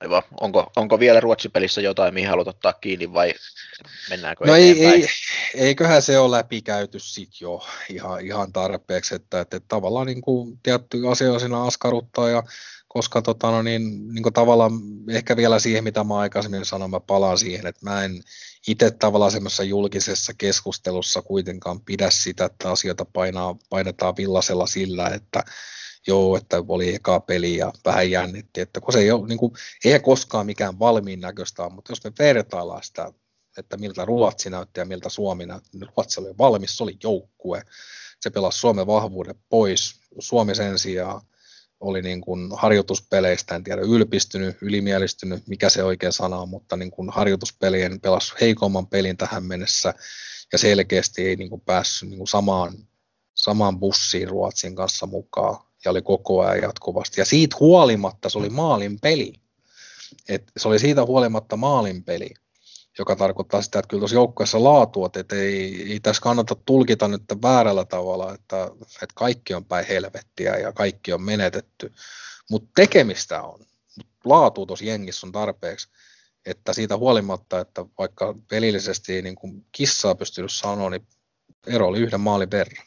Aivan. Onko vielä Ruotsi-pelissä jotain, mihin haluat ottaa kiinni vai mennäänkö No eteenpäin? eiköhän se ole läpikäyty sit jo ihan tarpeeksi, että tavallaan niin kuin tietty asia siinä askarruttaa ja koska niin kuin tavallaan ehkä vielä siihen, mitä mä aikaisemmin sanoin, mä palaan siihen, että mä en itse tavallaan semmoisessa julkisessa keskustelussa kuitenkaan pidä sitä, että asioita painetaan villasella sillä, että joo, että oli eka peli ja vähän jännitti, että kun se ei ole, niin kuin, eihän koskaan mikään valmiin näköistä, mutta jos me vertaillaan sitä, että miltä Ruotsi näytti ja miltä Suomi näytti, niin Ruotsi oli valmis, se oli joukkue, se pelasi Suomen vahvuuden pois, Suomi sen sijaan oli niin kuin harjoituspeleistä, en tiedä ylpistynyt, ylimielistynyt, mikä se oikein sana on, mutta niin kuin harjoituspelien pelasi heikomman pelin tähän mennessä ja selkeästi ei niin kuin päässyt niin kuin samaan bussiin Ruotsin kanssa mukaan ja oli koko ajan jatkuvasti. Ja siitä huolimatta se oli maalin peli. Se oli siitä huolimatta maalin peli, joka tarkoittaa sitä, että kyllä tuossa joukkueessa laatua, että ei tässä kannata tulkita nyt väärällä tavalla, että kaikki on päin helvettiä ja kaikki on menetetty, mutta tekemistä on. Laatu tuossa jengissä on tarpeeksi, että siitä huolimatta, että vaikka pelillisesti niin kuin kissaa pystynyt sanoa, niin ero oli yhden maalin verran.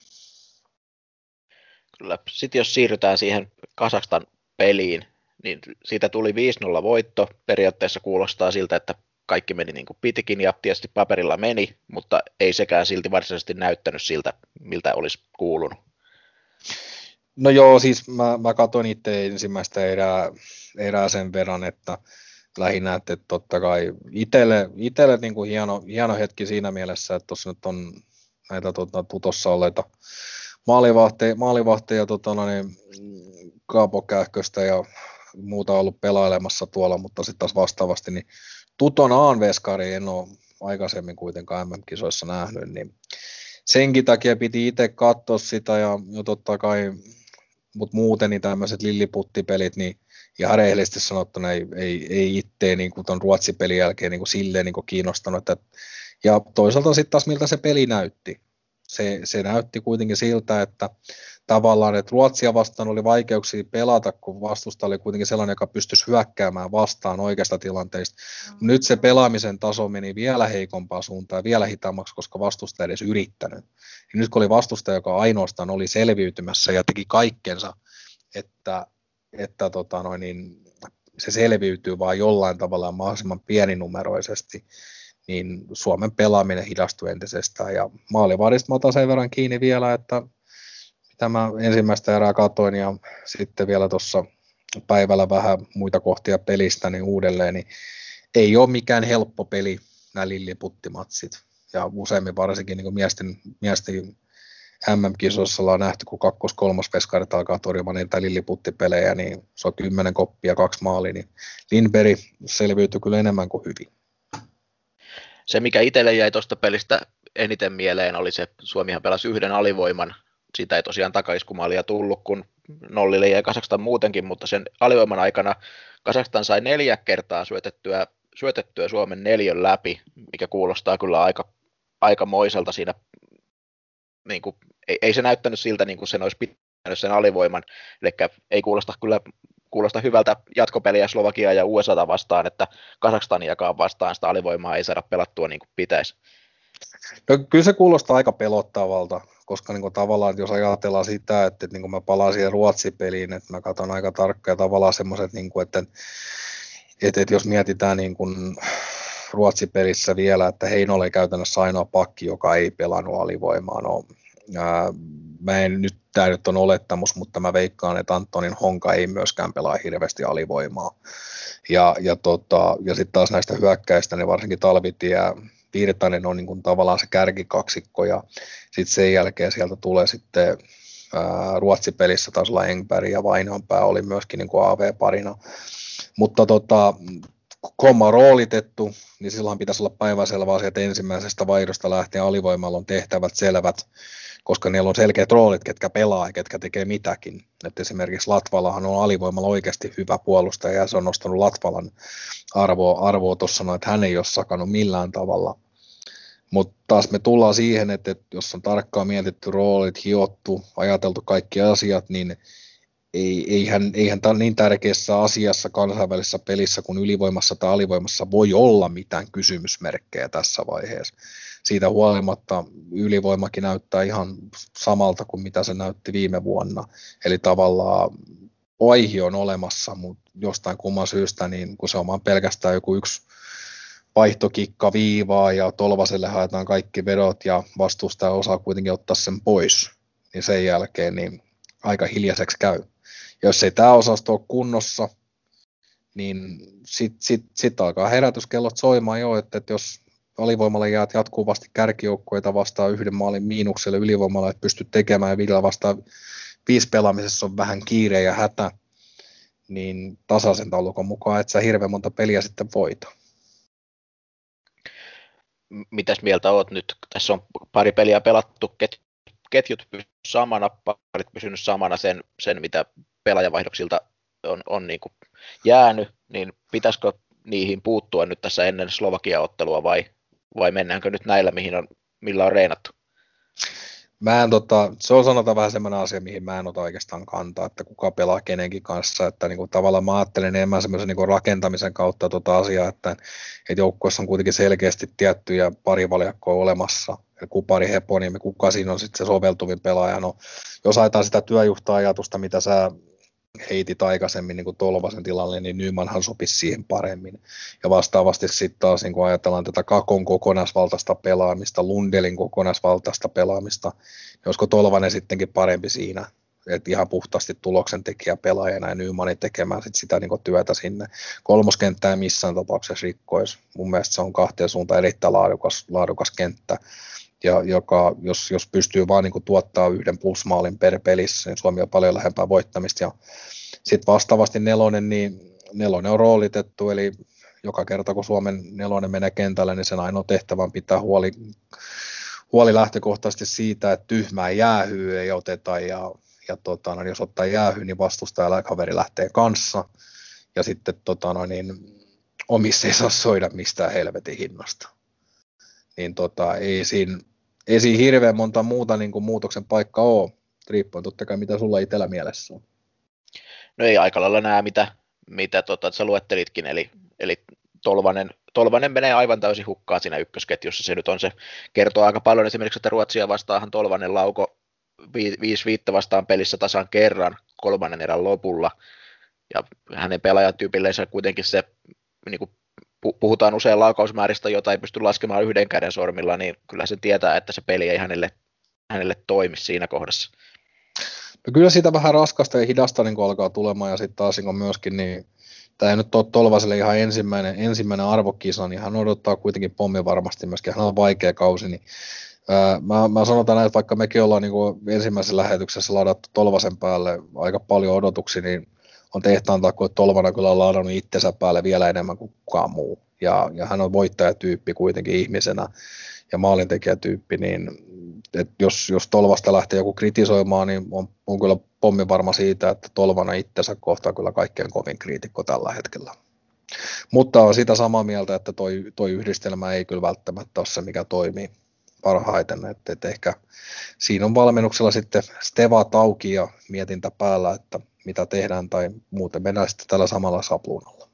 Kyllä. Sitten jos siirrytään siihen Kazakstan peliin, niin siitä tuli 5-0 voitto. Periaatteessa kuulostaa siltä, että kaikki meni niin kuin pitikin ja tietysti paperilla meni, mutta ei sekään silti varsinaisesti näyttänyt siltä, miltä olisi kuulunut. No joo, siis mä katsoin itse ensimmäistä erää sen verran, että lähinnä, että totta kai itselle niin kuin hieno hetki siinä mielessä, että tuossa nyt on näitä tutossa olleita maalivahteja niin Kaapo Kähköstä ja muuta ollut pelailemassa tuolla, mutta sitten taas vastaavasti, niin tuton Aanveskari en ole aikaisemmin kuitenkaan MM-kisoissa nähnyt, niin senkin takia piti itse katsoa sitä ja totta kai, mutta muuten niin tämmöiset lilliputtipelit, niin ihan rehellisesti sanottuna ei itteen niin tuon Ruotsi-pelin jälkeen niin kuin silleen niin kuin kiinnostanut, ja toisaalta sitten taas miltä se peli näytti. Se näytti kuitenkin siltä, että tavallaan, että Ruotsia vastaan oli vaikeuksia pelata, kun vastusta oli kuitenkin sellainen, joka pystyisi hyökkäämään vastaan oikeasta tilanteista. Nyt se pelaamisen taso meni vielä heikompaan suuntaan, vielä hitaammaksi, koska vastusta ei edes yrittänyt. Ja nyt kun oli vastustaja, joka ainoastaan oli selviytymässä ja teki kaikkensa, että se selviytyy vaan jollain tavalla mahdollisimman pieninumeroisesti, niin Suomen pelaaminen hidastui entisestään. Ja maalivahdista mä otan sen verran kiinni vielä, että mitä mä ensimmäistä erää katoin ja sitten vielä tuossa päivällä vähän muita kohtia pelistä niin uudelleen, niin ei ole mikään helppo peli nämä lilliputtimatsit. Ja useimmin varsinkin niin miesten MM-kisoissa ollaan nähty, kun kakkos-kolmas veskarit alkaa torjumaan niitä lilliputtipelejä, niin se on 10 koppia, 2 maalia, niin Lindberg selviytyi kyllä enemmän kuin hyvin. Se, mikä itselle jäi tuosta pelistä eniten mieleen, oli se, että Suomihan pelasi yhden alivoiman. Siitä ei tosiaan takaiskumaalia tullut, kun nollille jäi Kazakstan muutenkin, mutta sen alivoiman aikana Kazakstan sai 4 kertaa syötettyä Suomen 4 läpi, mikä kuulostaa kyllä aikamoiselta siinä. Niin kuin, ei se näyttänyt siltä, niin kuin sen olisi pitänyt sen alivoiman, eli ei kuulosta hyvältä jatkopeliä Slovakiaa ja USAta vastaan, että Kazakstaniakaan vastaan sitä alivoimaa ei saada pelattua niin kuin pitäisi. No, kyllä se kuulostaa aika pelottavalta, koska niin kuin tavallaan, jos ajatellaan sitä, että niin kuin mä palaan siihen Ruotsi-peliin, että mä katson aika tarkkaan ja tavallaan semmoiset, niin kuin, että jos mietitään niin kuin Ruotsi-pelissä vielä, että Heino oli käytännössä ainoa pakki, joka ei pelannut alivoimaa. No, tämä nyt on olettamus, mutta mä veikkaan, että Antonin Honka ei myöskään pelaa hirveästi alivoimaa. Ja sitten taas näistä hyökkäistä, niin varsinkin Talvitie ja Virtanen on niin kuin tavallaan se kärkikaksikko, ja sitten sen jälkeen sieltä tulee sitten Ruotsi-pelissä taas olla Engberg ja Vainonpää oli myöskin niin kuin AV-parina. Mutta homma roolitettu, niin silloin pitäisi olla päivänselvä asia, että ensimmäisestä vaihdosta lähtien alivoimalla on tehtävät selvät, koska niillä on selkeät roolit, ketkä pelaa ja ketkä tekee mitäkin. Et esimerkiksi Latvalahan on alivoimalla oikeasti hyvä puolustaja ja se on nostanut Latvalan arvoa tuossa, että hän ei ole sakannut millään tavalla. Mutta taas me tullaan siihen, että jos on tarkkaan mietitty roolit, hiottu, ajateltu kaikki asiat, niin eihän tämä niin tärkeässä asiassa kansainvälisessä pelissä kuin ylivoimassa tai alivoimassa voi olla mitään kysymysmerkkejä tässä vaiheessa. Siitä huolimatta ylivoimakin näyttää ihan samalta kuin mitä se näytti viime vuonna. Eli tavallaan vaihe on olemassa, mutta jostain kumman syystä, niin kun se on vaan pelkästään joku yksi vaihtokikka viivaa ja Tolvaselle haetaan kaikki vedot ja vastustaja osaa kuitenkin ottaa sen pois, niin sen jälkeen niin aika hiljaiseksi käy. Ja jos ei tämä osasto ole kunnossa, niin sit alkaa herätyskellot soimaan jo, että jos alivoimalle jäät jatkuvasti kärkijoukkoita vastaan yhden maalin miinukselle ylivoimalla, että pystyt tekemään ja vielä vastaan 5 pelaamisessa on vähän kiire ja hätä, niin tasaisen taulukon mukaan et sä hirveän monta peliä sitten voita. Mitäs mieltä oot nyt? Tässä on pari peliä pelattu, ketjut pysynyt samana, parit pysynyt samana sen mitä pelaajavaihdoksilta on niin kuin jäänyt, niin pitäisikö niihin puuttua nyt tässä ennen Slovakia-ottelua vai mennäänkö nyt näillä, millä on reenattu? Se on sanotaan vähän semmoinen asia, mihin mä en ota oikeastaan kantaa, että kuka pelaa kenenkin kanssa, että niin kuin tavallaan mä ajattelen enemmän semmoisen niin kuin rakentamisen kautta asiaa, että joukkueessa on kuitenkin selkeästi tiettyjä parivaljakkoja olemassa, ja kupari heponi, kuka siinä on sitten se soveltuvin pelaaja. No, jos ajetaan sitä työjuhta-ajatusta, mitä sä heitit aikaisemmin niin kuin Tolvasen tilalle, niin Nymanhan sopisi siihen paremmin. Ja vastaavasti sitten taas niin kun ajatellaan tätä Kakon kokonaisvaltaista pelaamista, Lundelin kokonaisvaltaista pelaamista, niin olisiko Tolvanen sittenkin parempi siinä, että ihan puhtaasti tuloksentekijä pelaajana ja Nymanin tekemään sit sitä niin kuin työtä sinne. Kolmoskenttää ei missään tapauksessa rikkoisi. Mun mielestä se on kahteen suuntaan erittäin laadukas kenttä. Ja jos pystyy vaan niin tuottaa 1 plusmaalin per pelissä, niin Suomi on paljon lähempää voittamista. Ja sitten vastaavasti nelonen on roolitettu, eli joka kerta kun Suomen nelonen menee kentälle, niin sen ainoa tehtävä on pitää huoli lähtökohtaisesti siitä, että tyhmää jäähyä ei oteta, ja jos ottaa jäähyä, niin vastustaja kaveri lähtee kanssa, ja sitten omissa ei saa soida mistään helvetin hinnasta. Niin ei siinä hirveän monta muuta niin kuin muutoksen paikkaa ole, riippuen totta kai mitä sulla itsellä mielessä on. No ei aika lailla nämä, mitä sä luettelitkin, eli Tolvanen menee aivan täysin hukkaan siinä ykkösketjussa, se nyt on se, kertoo aika paljon esimerkiksi, että Ruotsia vastaahan Tolvanen lauko 5-5 vastaan pelissä tasan kerran 3. erän lopulla, ja hänen pelaajatyypilleensä kuitenkin se, niin kuin puhutaan usein laukausmääristä, jota ei pysty laskemaan yhden käden sormilla, niin kyllä se tietää, että se peli ei hänelle toimi siinä kohdassa. No kyllä siitä vähän raskasta ja hidasta niin alkaa tulemaan, ja sitten taas niin myöskin, niin tämä ei nyt ole Tolvaselle ihan ensimmäinen arvokisa, niin hän odottaa kuitenkin pommin varmasti myöskin, hän on vaikea kausi, niin mä sanotaan näin, että vaikka mekin ollaan niin ensimmäisessä lähetyksessä ladattu Tolvasen päälle aika paljon odotuksia, niin on tehtaan takia, että Tolvanen kyllä on ladannut itsensä päälle vielä enemmän kuin kukaan muu. Ja hän on voittajatyyppi kuitenkin ihmisenä ja maalintekijätyyppi, niin että jos Tolvasta lähtee joku kritisoimaan, niin on kyllä pommi varma siitä, että Tolvanen itsensä kohtaa kyllä kaikkein kovin kriitikko tällä hetkellä. Mutta on sitä samaa mieltä, että toi yhdistelmä ei kyllä välttämättä ole se, mikä toimii parhaiten. Että ehkä siinä on valmennuksella sitten stevat auki ja mietintä päällä, että mitä tehdään, tai muuten mennään sitten tällä samalla sapluunalla.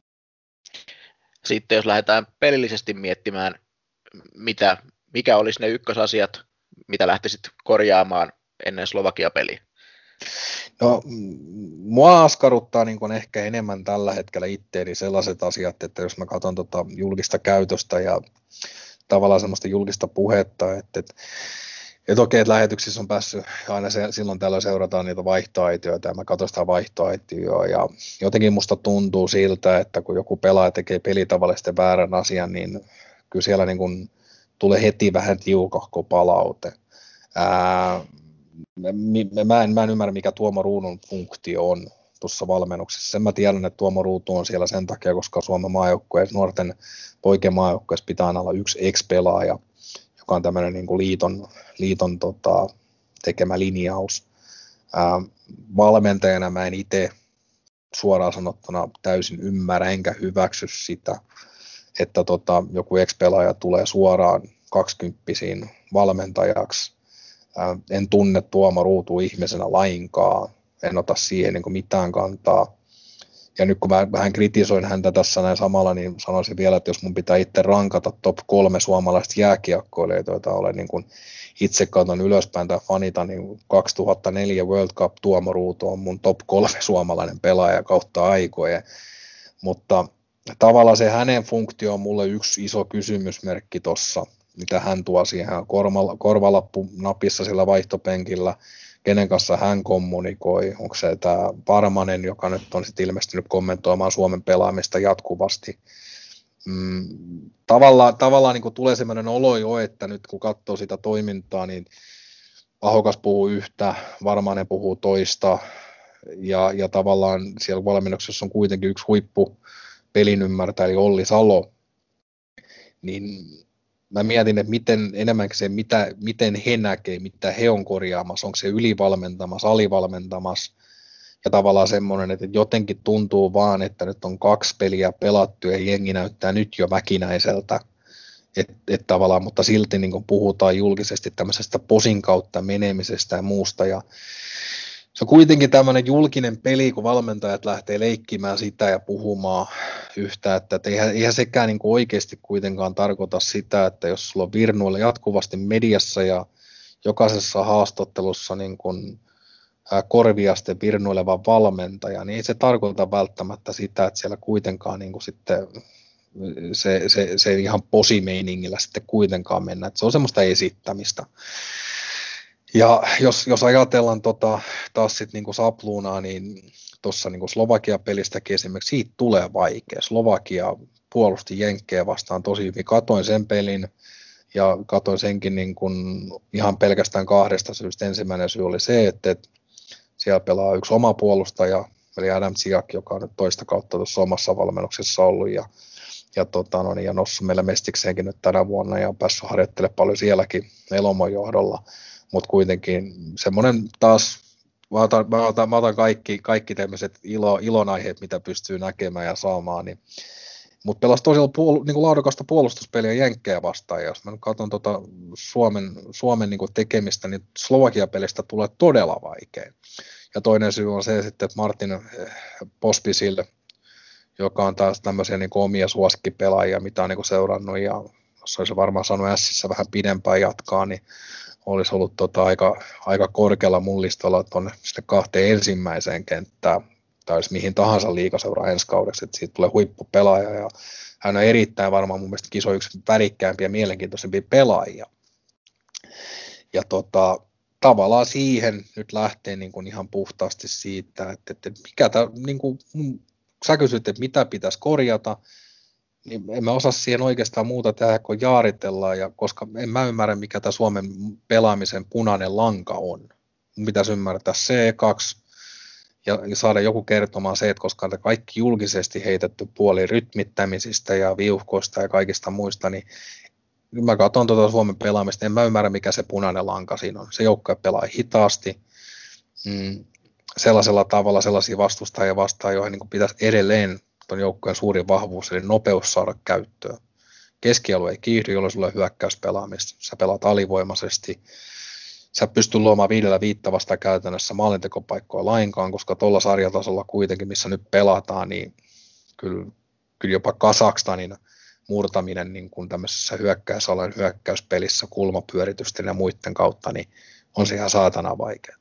Sitten jos lähdetään pelillisesti miettimään, mikä olisi ne ykkösasiat, mitä lähtisit korjaamaan ennen Slovakia-peliä? No, mua askarruttaa niin kuin ehkä enemmän tällä hetkellä itteeni sellaiset asiat, että jos mä katson julkista käytöstä ja tavallaan semmoista julkista puhetta, että okei, että lähetyksissä on päässyt aina silloin tällöin seurataan niitä vaihtoaitioita ja mä katson sitä vaihtoaitioa ja jotenkin musta tuntuu siltä, että kun joku pelaaja tekee pelitavallisesti väärän asian, niin kyllä siellä niin kuin tulee heti vähän tiukahko palaute. Mä en ymmärrä, mikä Tuomo Ruudun funktio on tuossa valmennuksessa. Sen mä tiedän, että Tuomo Ruutu on siellä sen takia, koska Suomen maajoukkueessa, nuorten poikien maajoukkueessa pitää aina olla yksi ex-pelaaja, joka on tämmöinen niin kuin liiton tekemä linjaus. Valmentajana mä en itse suoraan sanottuna täysin ymmärrä enkä hyväksy sitä, että joku ex-pelaaja tulee suoraan 20-vuotiaan valmentajaksi. En tunne Tuomo Ruutua ihmisenä lainkaan. en ota siihen niin kuin mitään kantaa. Ja nyt kun mä vähän kritisoin häntä tässä näin samalla, niin sanoisin vielä, että jos mun pitää itse rankata top 3 suomalaista jääkiekkoilijoita, joita olen niin kuin itse katon ylöspäin tai fanita, niin 2004 World Cup Tuomo Ruutu on mun top 3 suomalainen pelaaja kautta aikojen. Mutta tavallaan se hänen funktio on mulle yksi iso kysymysmerkki tuossa, mitä hän tuo siihen korvalappu napissa sillä vaihtopenkillä, kenen kanssa hän kommunikoi, onko se tämä Parmanen, joka nyt on sitten ilmestynyt kommentoimaan Suomen pelaamista jatkuvasti. Tavallaan niin tulee sellainen olo jo, että nyt kun katsoo sitä toimintaa, niin Ahokas puhuu yhtä, Varmanen puhuu toista, ja tavallaan siellä valmennuksessa on kuitenkin yksi huippu pelin ymmärtäjä, eli Olli Salo, niin mä mietin, että enemmänkin se, miten he näkee, mitä he on korjaamassa, onko se ylivalmentamassa, alivalmentamassa, ja tavallaan semmoinen, että jotenkin tuntuu vaan, että nyt on 2 peliä pelattu ja jengi näyttää nyt jo väkinäiseltä, että tavallaan, mutta silti niin kuin puhutaan julkisesti tämmöisestä posin kautta menemisestä ja muusta, ja se on kuitenkin tämmöinen julkinen peli, kun valmentajat lähtee leikkimään sitä ja puhumaan yhtä, että eihän sekään niin kuin oikeasti kuitenkaan tarkoita sitä, että jos sulla on virnuilla jatkuvasti mediassa ja jokaisessa haastattelussa niin kuin korviasten virnuileva valmentaja, niin ei se tarkoita välttämättä sitä, että siellä kuitenkaan niin kuin sitten se ihan posimeiningillä sitten kuitenkaan mennä, että se on semmoista esittämistä. Ja jos ajatellaan taas sitten niinku sapluunaa, niin tuossa niinku Slovakia-pelistäkin esimerkiksi siitä tulee vaikea. Slovakia puolusti Jenkkejä vastaan tosi hyvin. Katoin sen pelin ja katoin senkin niinku ihan pelkästään 2 syystä. Ensimmäinen syy oli se, että siellä pelaa yksi oma puolustaja, eli Adam Ziak, joka on nyt toista kautta tuossa omassa valmennuksessa ollut ja noussut meillä mestikseenkin nyt tänä vuonna ja on päässyt harjoittelemaan paljon sielläkin Elomon johdolla. Mutta kuitenkin semmoinen taas, mä otan kaikki tämmöiset ilonaiheet, mitä pystyy näkemään ja saamaan, niin, mutta pelasi tosiaan niin laadukasta puolustuspeliä Jenkkejä vastaan, ja jos mä nyt katson Suomen niin tekemistä, niin Slovakia-pelistä tulee todella vaikea. Ja toinen syy on se sitten, että Martin Pospisil, joka on taas tämmöisiä niin omia suosikkipelaajia, mitä on niin seurannut, ja jos olisi varmaan saanut Sissä vähän pidempään jatkaa, niin olisi ollut aika korkealla mun listalla tuonne sitten 2 ensimmäiseen kenttään, tai jos mihin tahansa liigaseuraa ensi kaudeksi, että siitä tulee huippupelaaja, ja hän on erittäin varmaan mun mielestä kiso yksi värikkäämpiä ja mielenkiintoisempia pelaajia. Ja tavallaan siihen nyt lähtee niin kuin ihan puhtaasti siitä, että mikä tämä, niin kuin, sä kysyt, että mitä pitäisi korjata, niin en mä osaa siihen oikeastaan muuta tehdä, kun jaaritellaan, koska en mä ymmärrä, mikä tämä Suomen pelaamisen punainen lanka on. Mun pitäisi ymmärtää se kaksi ja saada joku kertomaan se, että koska on kaikki julkisesti heitetty puoli rytmittämisistä ja viuhkoista ja kaikista muista, niin mä katson Suomen pelaamista, en mä ymmärrä, mikä se punainen lanka siinä on. Se joukkue pelaa hitaasti, sellaisella tavalla sellaisia vastustajia vastaan, joihin niin pitäisi edelleen tuon joukkueen suurin vahvuus, eli nopeus saada käyttöön. Keskialue ei kiihdy, jolloin sulla on hyökkäyspelaamista. Sä pelaat alivoimaisesti. Sä pystyt luomaan 5-5 vasta käytännössä maalintekopaikkoja lainkaan, koska tuolla sarjatasolla kuitenkin, missä nyt pelataan, niin kyllä jopa Kazakstanin murtaminen niin kuin tämmöisessä hyökkäysalueen hyökkäyspelissä kulmapyöritysten ja muiden kautta, niin on se ihan saatana vaikeaa.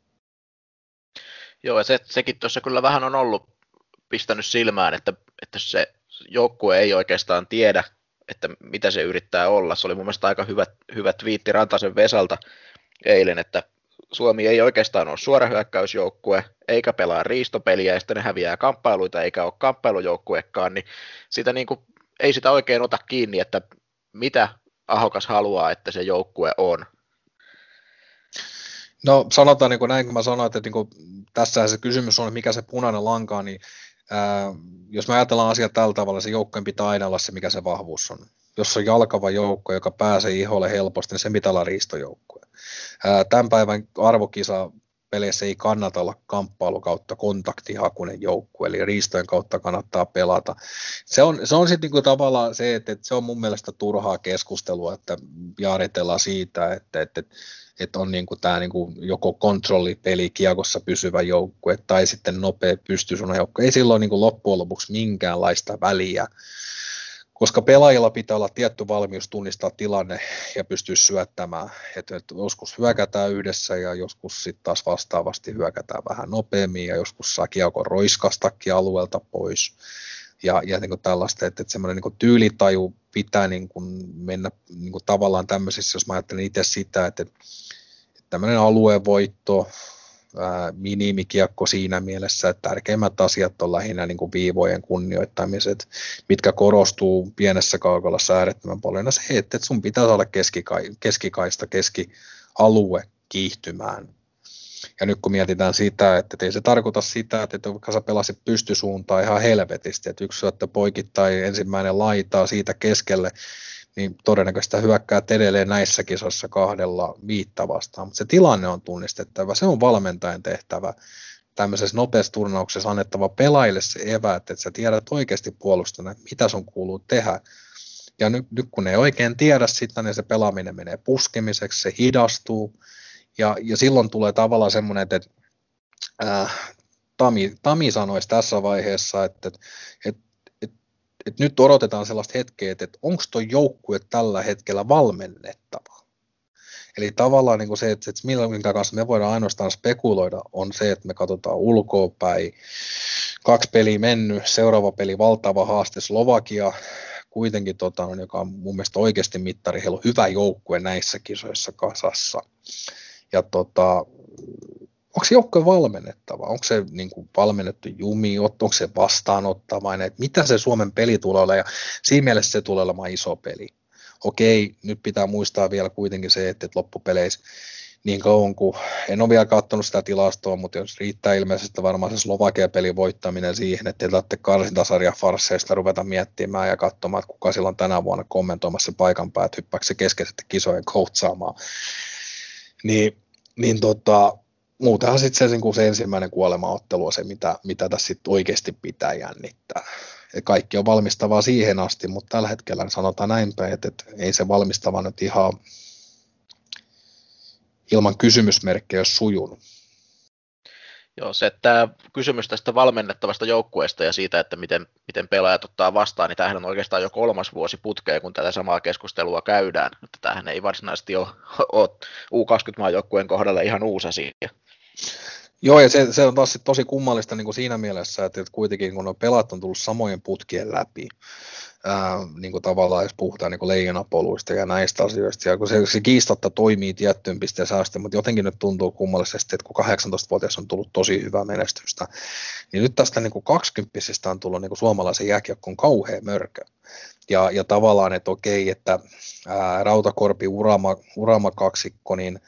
Joo, ja sekin tuossa kyllä vähän on ollut pistänyt silmään, että se joukkue ei oikeastaan tiedä, että mitä se yrittää olla. Se oli mun mielestä aika hyvä twiitti Rantasen Vesalta eilen, että Suomi ei oikeastaan ole suora hyökkäysjoukkue, eikä pelaa riistopeliä, ja sitten ne häviää kamppailuita, eikä ole kamppailujoukkuekaan, niin sitä niin kuin, ei sitä oikein ota kiinni, että mitä Ahokas haluaa, että se joukkue on. No sanotaan niin kuin näin, kun mä sanoin, että niin kuin, tässä se kysymys on, mikä se punainen lanka on, niin jos me ajatellaan asiaa tällä tavalla, se joukkojen pitää aina olla se, mikä se vahvuus on. Jos on jalkava joukko, joka pääsee iholle helposti, niin se pitää olla riistojoukkue. Tämän päivän arvokisa peleissä ei kannata olla kamppailu kautta kontaktihakuinen joukkue, eli riistojen kautta kannattaa pelata. Se on sitten niinku tavallaan se, että se on mun mielestä turhaa keskustelua, että jaaritellaan siitä, että on niinku tämä niinku joko kontrollipeli kiekossa pysyvä joukkue tai sitten nopea pystysuunnan joukkue. Ei silloin niinku loppujen lopuksi minkäänlaista väliä, koska pelaajilla pitää olla tietty valmius tunnistaa tilanne ja pystyä syöttämään. Että joskus hyökätään yhdessä ja joskus sitten taas vastaavasti hyökätään vähän nopeammin ja joskus saa kiekon roiskastakin alueelta pois. Ja niin kuin tällaista, että semmoinen niin kuin tyylitaju pitää niin kuin mennä niin kuin tavallaan tämmöisissä, jos mä ajattelen itse sitä, että tämmöinen aluevoitto, minimikiekko siinä mielessä, että tärkeimmät asiat on lähinnä niin kuin viivojen kunnioittamiset, mitkä korostuu pienessä kaukolassa äärettömän paljon. Ja se, että sun pitää saada keskikaista, keskialue kiihtymään. Ja nyt kun mietitään sitä, että ei se tarkoita sitä, että vaikka sä pelasit pystysuuntaan ihan helvetisti, että yksi syöttö poikittain ensimmäinen laitaa siitä keskelle, niin todennäköisesti hyökkää edelleen näissä kisoissa 2-5 vastaan, mutta se tilanne on tunnistettava, se on valmentajan tehtävä. Tämmöisessä nopeassa turnauksessa annettava pelaajille se eväät, että sä tiedät oikeasti puolustana, mitä sun kuuluu tehdä. Ja nyt kun ei oikein tiedä sitä, niin se pelaaminen menee puskemiseksi, se hidastuu, ja silloin tulee tavallaan semmoinen, että Tami sanoisi tässä vaiheessa, että nyt odotetaan sellaista hetkeä, että onko tuo joukkue tällä hetkellä valmennettava. Eli tavallaan niin kuin se, että minkä kanssa me voidaan ainoastaan spekuloida, on se, että me katsotaan ulkoapäin. 2 peliä mennyt, seuraava peli valtava haaste Slovakia, kuitenkin joka on mun mielestä oikeasti mittari, heillä on hyvä joukkue näissä kisoissa kasassa. Ja onko se joukkue valmennettava? Onko se niin kuin valmennettu jumi? Onko se vastaanottavainen? Että mitä se Suomen peli tulee olla? Ja siinä mielessä se tulee olemaan iso peli. Okei, nyt pitää muistaa vielä kuitenkin se, että loppupeleissä niin kauan kuin, en ole vielä katsonut sitä tilastoa, mutta jos riittää ilmeisesti varmaan se Slovakia-pelin voittaminen siihen, että te saatte karsintasarjan farsseista ruveta miettimään ja katsomaan, että kuka silloin tänä vuonna kommentoimassa paikan päät, hyppääkö se keskeiset kisojen coachaamaan. Muutenhan sitten se ensimmäinen kuolemaottelu on se, mitä tässä sitten oikeasti pitää jännittää. Ja kaikki on valmistavaa siihen asti, mutta tällä hetkellä sanotaan näin päin, että ei se valmistava nyt ihan ilman kysymysmerkkejä ole sujunut. Joo, se, että kysymys tästä valmennettavasta joukkueesta ja siitä, että miten pelaajat ottaa vastaan, niin tämähän on oikeastaan jo 3. vuosi putkeen, kun tätä samaa keskustelua käydään. Että tämähän ei varsinaisesti ole U20-maan joukkueen kohdalla ihan uusi asia. Joo, ja se on taas tosi kummallista niin kuin siinä mielessä, että kuitenkin kun pelaat on tullut samojen putkien läpi, niin kuin tavallaan jos puhutaan niin kuin leijonapoluista ja näistä asioista, ja kun se kiistatta toimii tiettyyn pisteeseen asti, mutta jotenkin nyt tuntuu kummallisesti, että kun 18-vuotias on tullut tosi hyvää menestystä, niin nyt tästä niin kuin 20-vuotiaista on tullut niin kuin suomalaisen jääkiekkoon kauhea mörkö. Ja tavallaan, että okei, että Rautakorpi, Urama kaksikko, niin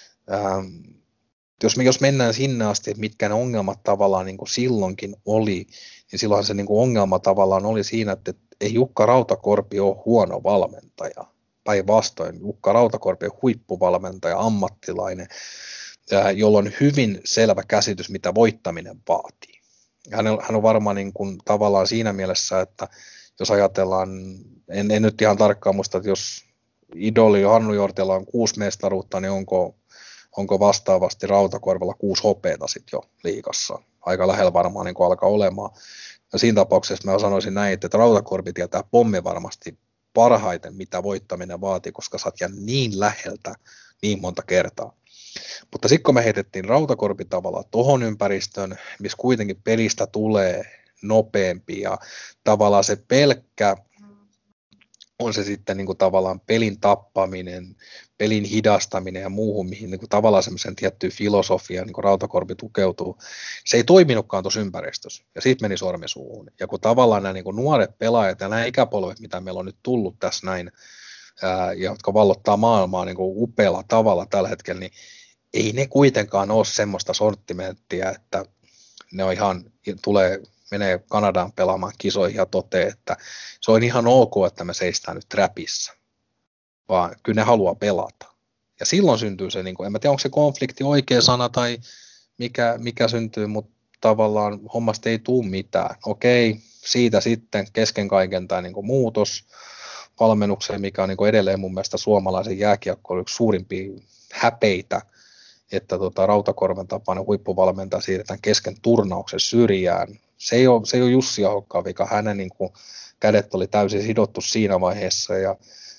jos mennään sinne asti, että mitkä ne ongelmat tavallaan niin kuin silloinkin oli, niin silloin se niin kuin ongelma tavallaan oli siinä, että ei Jukka Rautakorpi ole huono valmentaja. Päinvastoin Jukka Rautakorpi on huippuvalmentaja, ammattilainen, jolla on hyvin selvä käsitys, mitä voittaminen vaatii. Hän on varmaan niin kuin tavallaan siinä mielessä, että jos ajatellaan, en nyt ihan tarkkaan muista, että jos idoli Hannu Jortela on 6 mestaruutta, niin onko vastaavasti Rautakorvalla 6 hopeata sitten jo liigassa. Aika lähellä varmaan niin alkaa olemaan. Ja siinä tapauksessa mä sanoisin näin, että Rautakorpi tietää pommi varmasti parhaiten, mitä voittaminen vaatii, koska sä oot jäänyt niin läheltä niin monta kertaa. Mutta sitten kun me heitettiin Rautakorpi tavallaan tohon ympäristöön, missä kuitenkin pelistä tulee nopeampi ja tavallaan se pelkkä, on se sitten niin kuin tavallaan pelin tappaminen, pelin hidastaminen ja muuhun, mihin niin kuin tavallaan semmoisen tiettyyn filosofiaan niin kuin Rautakorpi tukeutuu. Se ei toiminutkaan tuossa ympäristössä, ja siitä meni sormisuuhun. Ja kun tavallaan nämä niin kuin nuoret pelaajat ja nämä ikäpolvet, mitä meillä on nyt tullut tässä näin, jotka vallottaa maailmaa niin kuin upealla tavalla tällä hetkellä, niin ei ne kuitenkaan ole semmoista sortimenttia, että ne on ihan, menee Kanadaan pelaamaan kisoihin ja toteaa, että se on ihan ok, että me seistään nyt räpissä, vaan kyllä ne haluaa pelata. Ja silloin syntyy se, niin kuin, en mä tiedä onko se konflikti oikea sana tai mikä syntyy, mutta tavallaan hommasta ei tule mitään. Okei, siitä sitten kesken kaiken tämä niin muutos valmennukseen, mikä on niin edelleen mun mielestä suomalaisen jääkiekkoilun yksi suurimpia häpeitä, että Rautakorven tapainen huippuvalmentaja siirretään kesken turnauksen syrjään. Se ei ole Jussi Ahokkaan vika, hänen niin kuin kädet oli täysin sidottu siinä vaiheessa, ja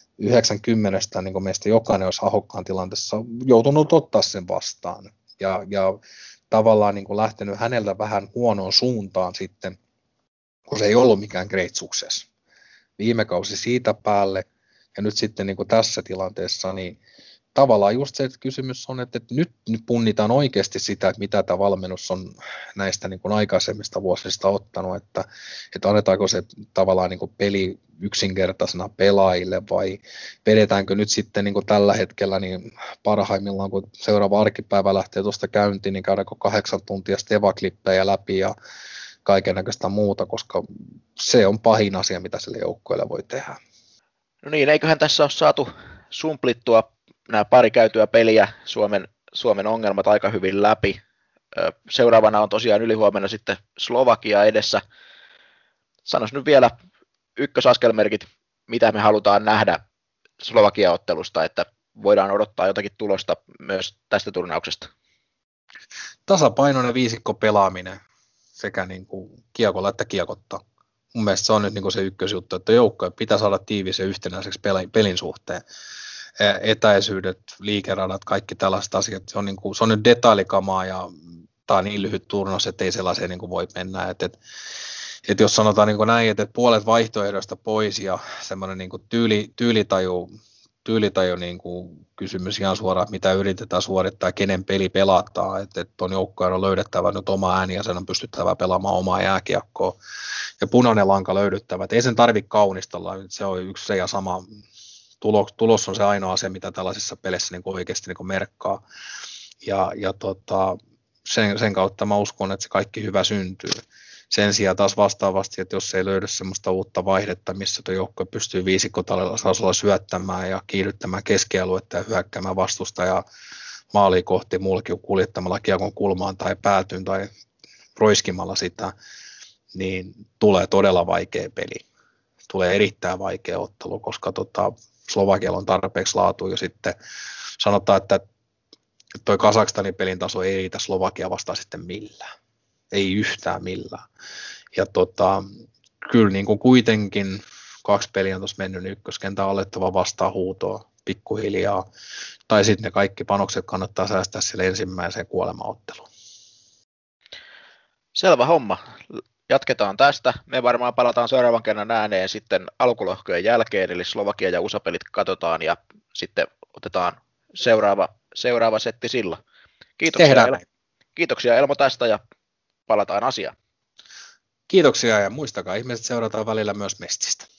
90 niin meistä jokainen olisi Ahokkaan tilanteessa joutunut ottaa sen vastaan, ja tavallaan niin kuin lähtenyt häneltä vähän huonoon suuntaan sitten, kun se ei ollut mikään great success. Viime kausi siitä päälle, ja nyt sitten niin kuin tässä tilanteessa, niin tavallaan just se että kysymys on, että nyt punnitaan oikeasti sitä, että mitä tämä valmennus on näistä niin kuin aikaisemmista vuosista ottanut, että annetaanko se tavallaan niin kuin peli yksinkertaisena pelaajille, vai vedetäänkö nyt sitten niin kuin tällä hetkellä niin parhaimmillaan, kun seuraava arkipäivä lähtee tuosta käyntiin, niin käydäänkö 8 tuntia Steva-klippejä läpi ja kaikennäköistä muuta, koska se on pahin asia, mitä sille joukkueelle voi tehdä. No niin, eiköhän tässä ole saatu sumplittua nämä pari käytyä peliä, Suomen ongelmat aika hyvin läpi. Seuraavana on tosiaan ylihuomenna sitten Slovakia edessä. Sanois nyt vielä ykkösaskelmerkit, mitä me halutaan nähdä Slovakia-ottelusta, että voidaan odottaa jotakin tulosta myös tästä turnauksesta. Tasapainoinen viisikko pelaaminen sekä niin kuin kiekolla että kiekottaa. Mun mielestä se on nyt niin kuin se ykkösjuttu, että joukkoja pitää saada tiiviisen yhtenäiseksi pelin suhteen. Etäisyydet, liikeradat, kaikki tällaiset asiat, se on nyt detailikamaa, ja tämä on niin lyhyt turnaus, että ei sellaiseen niin kuin voi mennä. Et jos sanotaan niin kuin näin, että puolet vaihtoehdoista pois ja semmoinen niin kuin tyylitaju niin kuin kysymys ihan suoraan, mitä yritetään suorittaa, kenen peli pelataan, että on joukkojen on löydettävä nyt oma ääni ja sen on pystyttävä pelaamaan omaa jääkiekkoa ja punainen lanka löydettävä. Et ei sen tarvitse kaunistella, se on yksi se ja sama. Tulos on se ainoa asia, mitä tällaisissa peleissä niin oikeasti niin merkkaa. Ja sen kautta mä uskon, että se kaikki hyvä syntyy. Sen sijaan taas vastaavasti, että jos ei löydy semmoista uutta vaihdetta, missä tuo joukkue pystyy viisikkotasolla syöttämään ja kiihdyttämään keskialuetta ja hyökkäämään vastustajaa maaliin kohti muullakin kuljettamalla kiekon kulmaan tai päätyyn tai roiskimalla sitä, niin tulee todella vaikea peli. Tulee erittäin vaikea ottelu, koska Slovakialla on tarpeeksi laatu jo sitten. Sanotaan, että toi Kazakstanin pelin taso ei riitä Slovakia vastaan sitten millään. Ei yhtään millään. Ja kyllä niin kuin kuitenkin 2 peliä on tuossa mennyt, niin ykköskentän alettava vastaan huutoa pikkuhiljaa. Tai sitten ne kaikki panokset kannattaa säästää sille ensimmäiseen kuolemaotteluun. Selvä homma. Jatketaan tästä. Me varmaan palataan seuraavan kerran ääneen sitten alkulohkojen jälkeen, eli Slovakia ja USA-pelit katsotaan ja sitten otetaan seuraava setti sillä. Kiitoksia Elmo tästä ja palataan asiaan. Kiitoksia ja muistakaa, ihmiset seurataan välillä myös Mestistä.